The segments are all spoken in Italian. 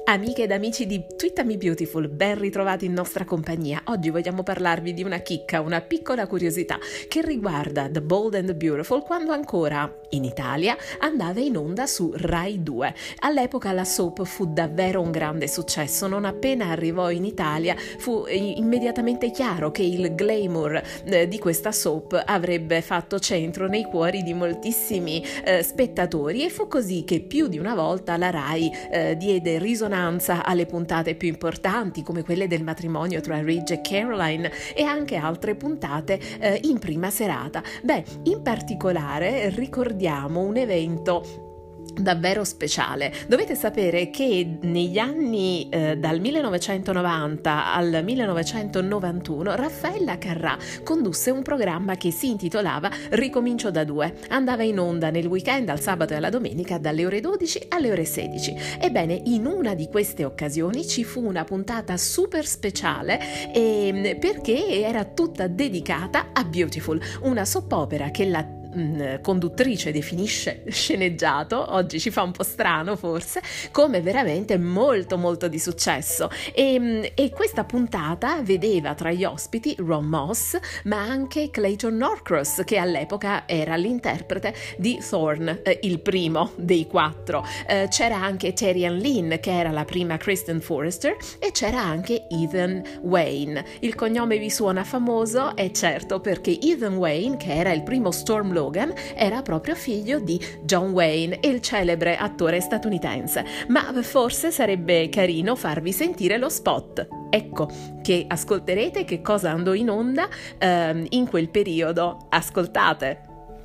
Amiche ed amici di Twitter Me Beautiful, ben ritrovati in nostra compagnia. Oggi vogliamo parlarvi di una chicca, una piccola curiosità che riguarda The Bold and the Beautiful quando ancora in Italia andava in onda su Rai 2. All'epoca la soap fu davvero un grande successo, non appena arrivò in Italia fu immediatamente chiaro che il glamour di questa soap avrebbe fatto centro nei cuori di moltissimi spettatori e fu così che più di una volta la Rai diede risonanza alle puntate più importanti come quelle del matrimonio tra Ridge e Caroline e anche altre puntate in prima serata. In particolare ricordiamo un evento davvero speciale. Dovete sapere che negli anni dal 1990 al 1991 Raffaella Carrà condusse un programma che si intitolava Ricomincio da 2. Andava in onda nel weekend al sabato e alla domenica dalle ore 12 alle ore 16. Ebbene, in una di queste occasioni ci fu una puntata super speciale perché era tutta dedicata a Beautiful, una soap opera che la conduttrice definisce sceneggiato, oggi ci fa un po' strano forse, come veramente molto di successo e questa puntata vedeva tra gli ospiti Ron Moss ma anche Clayton Norcross, che all'epoca era l'interprete di Thorne, il primo dei 4. C'era anche Terry Ann Lynn, che era la prima Kristen Forrester, e c'era anche Ethan Wayne. Il cognome vi suona famoso? È certo, perché Ethan Wayne, che era il primo Storm Logan, era proprio figlio di John Wayne, il celebre attore statunitense. Ma forse sarebbe carino farvi sentire lo spot. Ecco che ascolterete che cosa andò in onda in quel periodo. Ascoltate.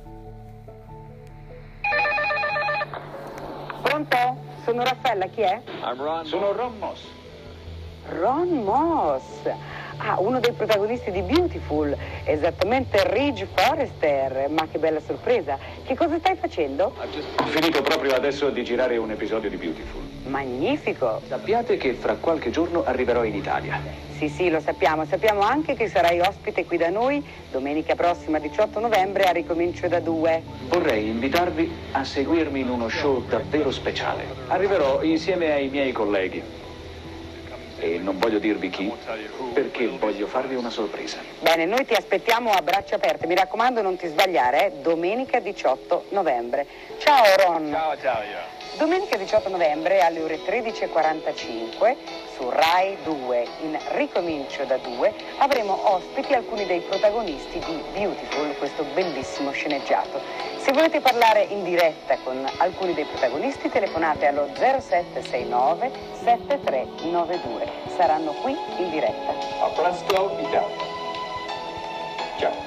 Pronto? Sono Raffaella, chi è? Sono Ron Moss. Ron Moss. Ah, uno dei protagonisti di Beautiful, esattamente Ridge Forrester. Ma che bella sorpresa. Che cosa stai facendo? Ho finito proprio adesso di girare un episodio di Beautiful. Magnifico. Sappiate che fra qualche giorno arriverò in Italia. Sì, lo sappiamo. Sappiamo anche che sarai ospite qui da noi domenica prossima, 18 novembre, a Ricomincio da 2. Vorrei invitarvi a seguirmi in uno show davvero speciale. Arriverò insieme ai miei colleghi. E non voglio dirvi chi, perché voglio farvi una sorpresa. Bene, noi ti aspettiamo a braccia aperte. Mi raccomando, non ti sbagliare, domenica 18 novembre. Ciao Ron. Ciao. Domenica 18 novembre alle ore 13:45 su Rai 2 in Ricomincio da 2 avremo ospiti alcuni dei protagonisti di Beautiful, questo bellissimo sceneggiato. Se volete parlare in diretta con alcuni dei protagonisti, telefonate allo 0769 7392. Saranno qui in diretta. A presto, Italia. Ciao.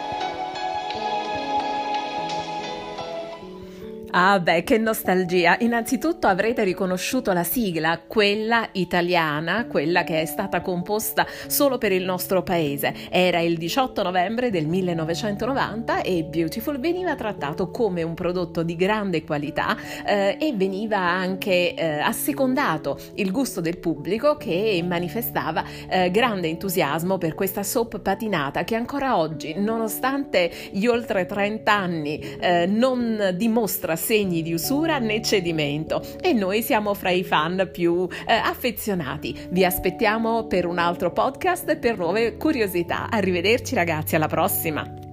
Ah che nostalgia! Innanzitutto avrete riconosciuto la sigla, quella italiana, quella che è stata composta solo per il nostro paese. Era il 18 novembre del 1990 e Beautiful veniva trattato come un prodotto di grande qualità e veniva anche assecondato il gusto del pubblico, che manifestava grande entusiasmo per questa soap patinata che ancora oggi, nonostante gli oltre 30 anni, non dimostra segni di usura né cedimento, e noi siamo fra i fan più affezionati. Vi aspettiamo per un altro podcast e per nuove curiosità. Arrivederci ragazzi, alla prossima!